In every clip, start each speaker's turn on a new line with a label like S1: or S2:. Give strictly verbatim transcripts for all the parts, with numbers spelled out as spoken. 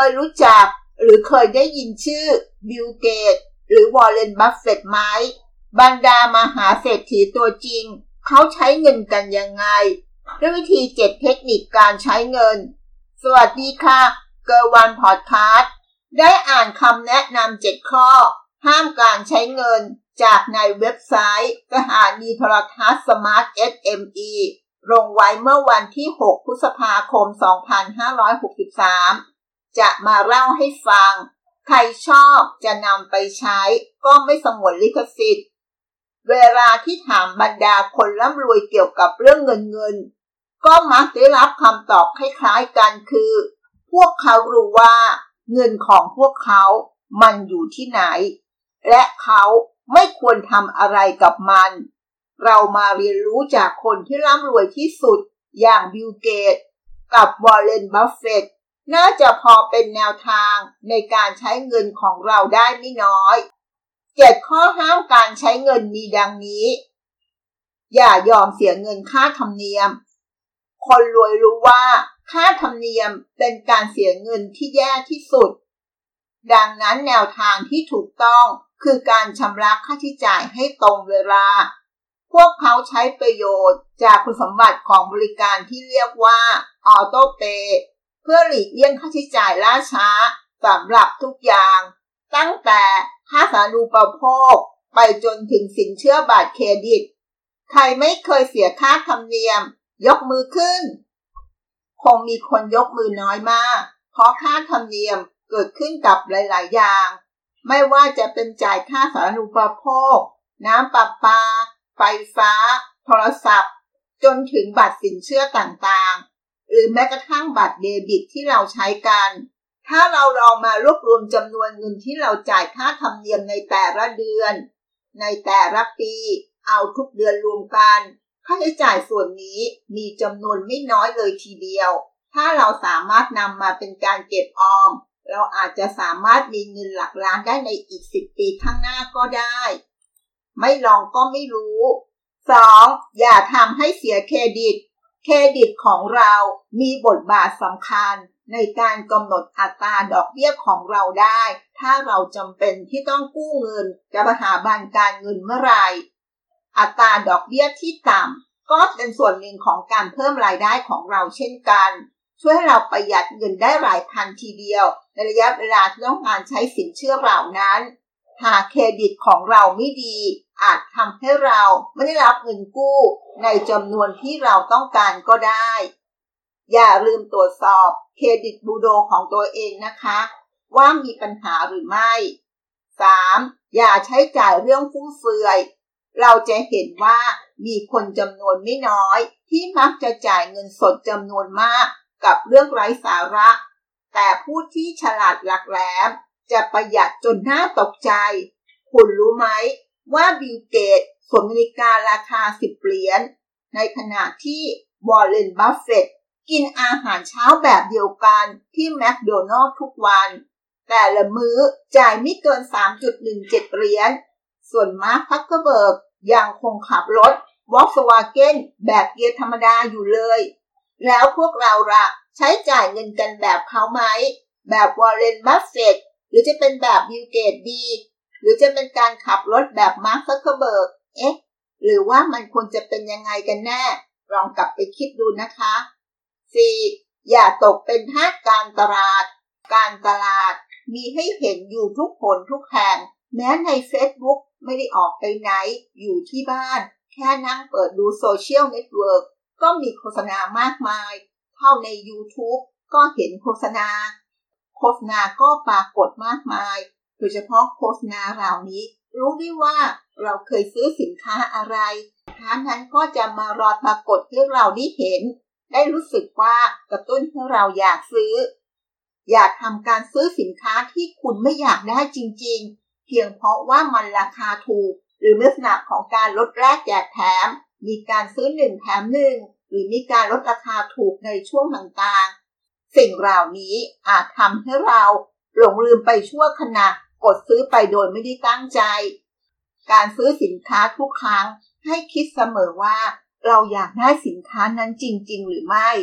S1: ยรู้จักหรือเคยได้ยินชื่อบิลเกตส์หรือวอร์เรน บัฟเฟตต์ไหมบรรดามหาเศรษฐีตัวจริงเขาใช้เงินกันยังไงด้วยวิธีเจ็ดเทคนิคการใช้เงินสวัสดีค่ะเกิร์ลวันพอดคาสต์ได้อ่านคำแนะนำเจ็ดข้อห้ามการใช้เงินจากในเว็บไซต์สถานีโทรทัศน์สมาร์ท เอส เอ็ม อี ลงไว้เมื่อวันที่หกพฤษภาคมสองพันห้าร้อยหกสิบสามจะมาเล่าให้ฟังใครชอบจะนำไปใช้ก็ไม่สงวนลิขสิทธิ์เวลาที่ถามบรรดาคนร่ำรวยเกี่ยวกับเรื่องเงินเงินก็มักได้รับคำตอบคล้ายๆกันคือพวกเขารู้ว่าเงินของพวกเขามันอยู่ที่ไหนและเขาไม่ควรทำอะไรกับมันเรามาเรียนรู้จากคนที่ร่ำรวยที่สุดอย่างบิลเกตส์กับวอร์เรน บัฟเฟตต์น่าจะพอเป็นแนวทางในการใช้เงินของเราได้ไม่น้อยเจ็ดข้อห้ามการใช้เงินมีดังนี้อย่ายอมเสียเงินค่าธรรมเนียมคนรวยรู้ว่าค่าธรรมเนียมเป็นการเสียเงินที่แย่ที่สุดดังนั้นแนวทางที่ถูกต้องคือการชำระค่าใช้จ่ายให้ตรงเวลาพวกเขาใช้ประโยชน์จากคุณสมบัติของบริการที่เรียกว่าออโต้เพย์เพื่อหลีกเลี่ยงค่าใช้จ่ายล่าช้าสำหรับทุกอย่างตั้งแต่ค่าสาธารณูปโภคไปจนถึงสินเชื่อบัตรเครดิตใครไม่เคยเสียค่าธรรมเนียมยกมือขึ้นคงมีคนยกมือน้อยมากเพราะค่าธรรมเนียมเกิดขึ้นกับหลายๆอย่างไม่ว่าจะเป็นจ่ายค่าสาธารณูปโภคน้ำประปาไฟฟ้าโทรศัพท์จนถึงบัตรสินเชื่อต่างๆหรือแม้กระทั่งบัตรเดบิตที่เราใช้กันถ้าเราลองมารวบรวมจำนวนเงินที่เราจ่ายค่าธรรมเนียมในแต่ละเดือนในแต่ละปีเอาทุกเดือนรวมกันค่าใช้จ่ายส่วนนี้มีจำนวนไม่น้อยเลยทีเดียวถ้าเราสามารถนำมาเป็นการเก็บออมเราอาจจะสามารถมีเงินหลักล้านได้ในอีกสิบปีข้างหน้าก็ได้ไม่ลองก็ไม่รู้สองอย่าทำให้เสียเครดิตเครดิตของเรามีบทบาทสำคัญในการกำหนดอัตราดอกเบี้ยของเราได้ถ้าเราจำเป็นที่ต้องกู้เงินจากสถาบันการเงินเมื่อไหร่อัตราดอกเบี้ยที่ต่ำก็เป็นส่วนหนึ่งของการเพิ่มรายได้ของเราเช่นกันช่วยให้เราประหยัดเงินได้หลายพันทีเดียวในระยะเวลาที่ต้องการใช้สินเชื่อเหล่านั้นหากเครดิตของเราไม่ดีอาจทำให้เราไม่ได้รับเงินกู้ในจำนวนที่เราต้องการก็ได้อย่าลืมตรวจสอบเครดิตบูโรของตัวเองนะคะว่ามีปัญหาหรือไม่สามอย่าใช้จ่ายเรื่องฟุ่มเฟือยเราจะเห็นว่ามีคนจำนวนไม่น้อยที่มักจะจ่ายเงินสดจำนวนมากกับเรื่องไร้สาระแต่ผู้ที่ฉลาดหลักแหลมจะประหยัดจนน่าตกใจคุณรู้ไหมว่าบิลเกตส์สวมนาฬิการาคาสิบเหรียญในขณะที่วอร์เรน บัฟเฟตต์กินอาหารเช้าแบบเดียวกันที่แมคโดนัลด์ทุกวันแต่ละมื้อจ่ายไม่เกิน สามจุดหนึ่งเจ็ด เหรียญส่วนมาร์ค ซักเคอร์เบิร์กยังคงขับรถ Volkswagen แบบเกียร์ธรรมดาอยู่เลยแล้วพวกเราล่ะใช้จ่ายเงินกันแบบเขาไหมแบบวอร์เรน บัฟเฟตต์หรือจะเป็นแบบบิลเกตส์ดีหรือจะเป็นการขับรถแบบมาร์ค ซักเคอร์เบิร์กเอ๊ะหรือว่ามันควรจะเป็นยังไงกันแน่ลองกลับไปคิดดูนะคะสี่อย่าตกเป็นทาสการตลาดการตลาดมีให้เห็นอยู่ทุกคนทุกแห่งแม้ใน Facebook ไม่ได้ออกไปไหนอยู่ที่บ้านแค่นั่งเปิดดูโซเชียลเน็ตเวิร์กก็มีโฆษณามากมายเข้าใน YouTube ก็เห็นโฆษณาโฆษณาก็ปรากฏมากมายโดยเฉพาะโฆษณาเหล่านี้รู้ได้ว่าเราเคยซื้อสินค้าอะไรสินค้านั้นก็จะมารอปรากฏให้เราได้เห็นได้รู้สึกว่ากระตุ้นให้เราอยากซื้ออย่าทำการซื้อสินค้าที่คุณไม่อยากได้จริงๆเพียงเพราะว่ามันราคาถูกหรือลักษณะของการลดแลกแจกแถมมีการซื้อหนึ่งแถมหนึ่งหรือมีการลดราคาถูกในช่วงต่างๆสิ่งเหล่านี้อาจทำให้เราหลงลืมไปชั่วขณะกดซื้อไปโดยไม่ได้ตั้งใจการซื้อสินค้าทุกครั้งให้คิดเสมอว่าเราอยากได้สินค้านั้นจริงๆหรือไม่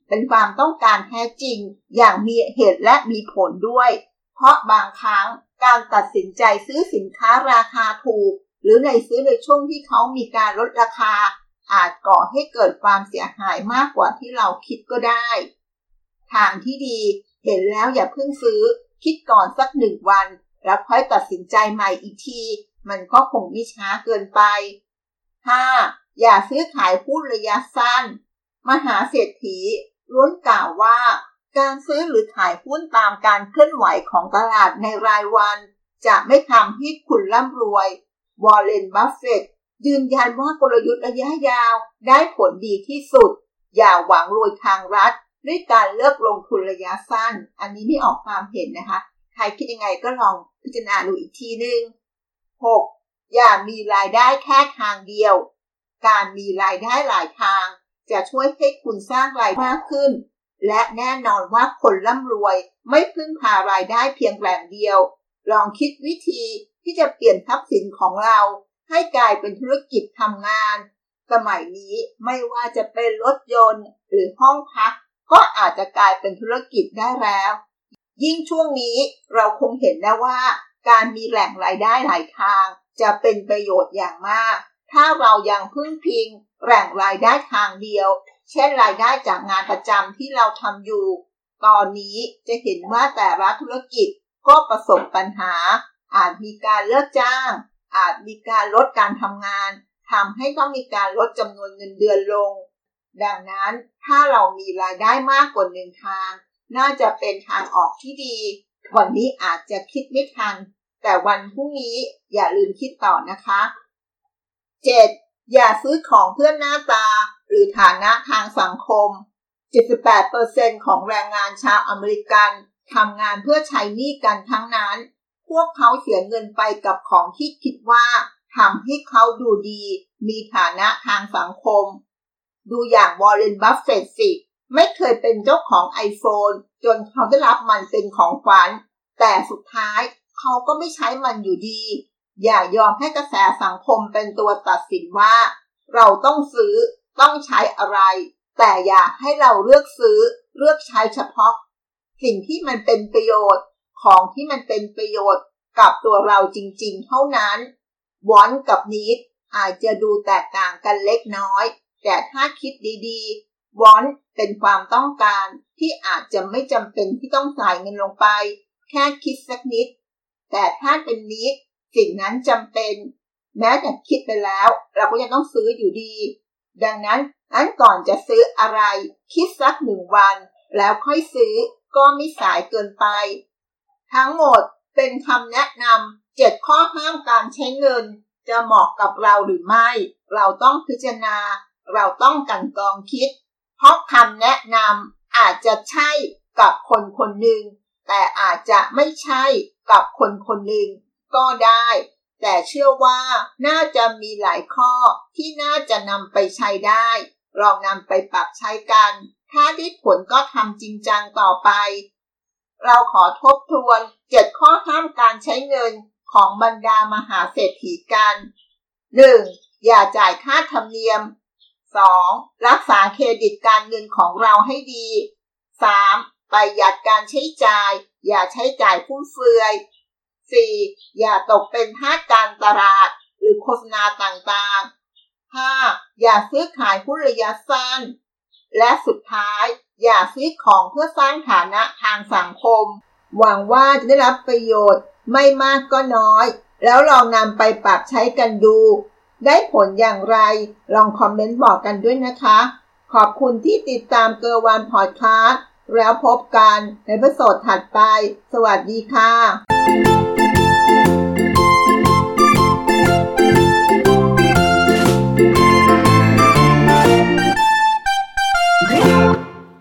S1: เป็นความต้องการแท้จริงอย่างมีเหตุและมีผลด้วยเพราะบางครั้งการตัดสินใจซื้อสินค้าราคาถูกหรือในซื้อในช่วงที่เขามีการลดราคาอาจก่อให้เกิดความเสียหายมากกว่าที่เราคิดก็ได้ทางที่ดีเห็นแล้วอย่าเพิ่งซื้อคิดก่อนสักหนึ่งวันแล้วค่อยตัดสินใจใหม่อีกทีมันก็คงไม่ช้าเกินไป ห้า. อย่าซื้อขายหุ้นระยะสั้นมหาเศรษฐีล้วนกล่าวว่าการซื้อหรือขายหุ้นตามการเคลื่อนไหวของตลาดในรายวันจะไม่ทำให้คุณร่ำรวยวอร์เรน บัฟเฟตต์ยืนยันว่ากลยุทธ์ระยะยาวได้ผลดีที่สุดอย่าหวังรวยทางรัฐด้วยการเลือกลงทุนระยะสั้นอันนี้ไม่ออกความเห็นนะคะใครคิดยังไงก็ลองพิจารณาดูอีกทีนึง หก. อย่ามีรายได้แค่ทางเดียวการมีรายได้หลายทางจะช่วยให้คุณสร้างรายได้มากขึ้นและแน่นอนว่าคนร่ำรวยไม่พึ่งพารายได้เพียงแหล่งเดียวลองคิดวิธีที่จะเปลี่ยนทรัพย์สินของเราให้กลายเป็นธุรกิจทำงานสมัยนี้ไม่ว่าจะเป็นรถยนต์หรือห้องพักก็อาจจะกลายเป็นธุรกิจได้แล้วยิ่งช่วงนี้เราคงเห็นแล้วว่าการมีแหล่งรายได้หลายทางจะเป็นประโยชน์อย่างมากถ้าเรายังพึ่งพิงแหล่งรายได้ทางเดียวเช่นรายได้จากงานประจำที่เราทำอยู่ตอนนี้จะเห็นว่าแต่ละธุรกิจก็ประสบปัญหาอาจมีการเลิกจ้างอาจมีการลดการทำงานทำให้ต้องมีการลดจำนวนเงินเดือนลงดังนั้นถ้าเรามีรายได้มากกว่าหนึ่งทางน่าจะเป็นทางออกที่ดีวันนี้อาจจะคิดไม่ทันแต่วันพรุ่งนี้อย่าลืมคิดต่อนะคะ เจ็ด. อย่าซื้อของเพื่อหน้าตาหรือฐานะทางสังคม เจ็ดสิบแปดเปอร์เซ็นต์ ของแรงงานชาวอเมริกันทำงานเพื่อใช้หนี้กันทั้งนั้นพวกเขาเสียเงินไปกับของที่คิดว่าทำให้เขาดูดีมีฐานะทางสังคมดูอย่างวอร์เรน บัฟเฟตต์สิไม่เคยเป็นเจ้าของ iPhone จนเขาได้รับมันเป็นของขวัญแต่สุดท้ายเขาก็ไม่ใช้มันอยู่ดีอย่ายอมให้กระแสสังคมเป็นตัวตัดสินว่าเราต้องซื้อต้องใช้อะไรแต่อย่าให้เราเลือกซื้อเลือกใช้เฉพาะสิ่งที่มันเป็นประโยชน์ของที่มันเป็นประโยชน์กับตัวเราจริงๆเท่านั้นวอนกับนีดอาจจะดูแตกต่างกันเล็กน้อยแต่ถ้าคิดดีๆวอนเป็นความต้องการที่อาจจะไม่จำเป็นที่ต้องจ่ายเงินลงไปแค่คิดสักนิดแต่ถ้าเป็นนีดสิ่งนั้นจำเป็นแม้แต่คิดไปแล้วเราก็ยังต้องซื้ออยู่ดีดังนั้นอันก่อนจะซื้ออะไรคิดสักหนึ่งวันแล้วค่อยซื้อก็ไม่สายเกินไปทั้งหมดเป็นคำแนะนำเจ็ดข้อห้ามการใช้เงินจะเหมาะกับเราหรือไม่เราต้องพิจารณาเราต้องกลั่นกรองคิดเพราะคำแนะนำอาจจะใช่กับคนคนหนึ่งแต่อาจจะไม่ใช่กับคนคนหนึ่งก็ได้แต่เชื่อว่าน่าจะมีหลายข้อที่น่าจะนำไปใช้ได้ลองนำไปปรับใช้กันถ้าได้ผลก็ทำจริงจังต่อไปเราขอทบทวนเจ็ดข้อห้ามการใช้เงินของบรรดามหาเศรษฐีกัน หนึ่ง. อย่าจ่ายค่าธรรมเนียม สอง. รักษาเครดิตการเงินของเราให้ดี สาม. ประหยัดการใช้จ่ายอย่าใช้จ่ายฟุ่มเฟือย สี่. อย่าตกเป็นทาสการตลาดหรือโฆษณาต่างๆ ห้า. อย่าซื้อขายหุ้นระยะสั้นและสุดท้ายอย่าซื้อของเพื่อสร้างฐานะทางสังคมหวังว่าจะได้รับประโยชน์ไม่มากก็น้อยแล้วลองนำไปปรับใช้กันดูได้ผลอย่างไรลองคอมเมนต์บอกกันด้วยนะคะขอบคุณที่ติดตามเกอร์วันพอดคาสต์แล้วพบกันในเอพิโซดถัดไปสวัสดีค่ะ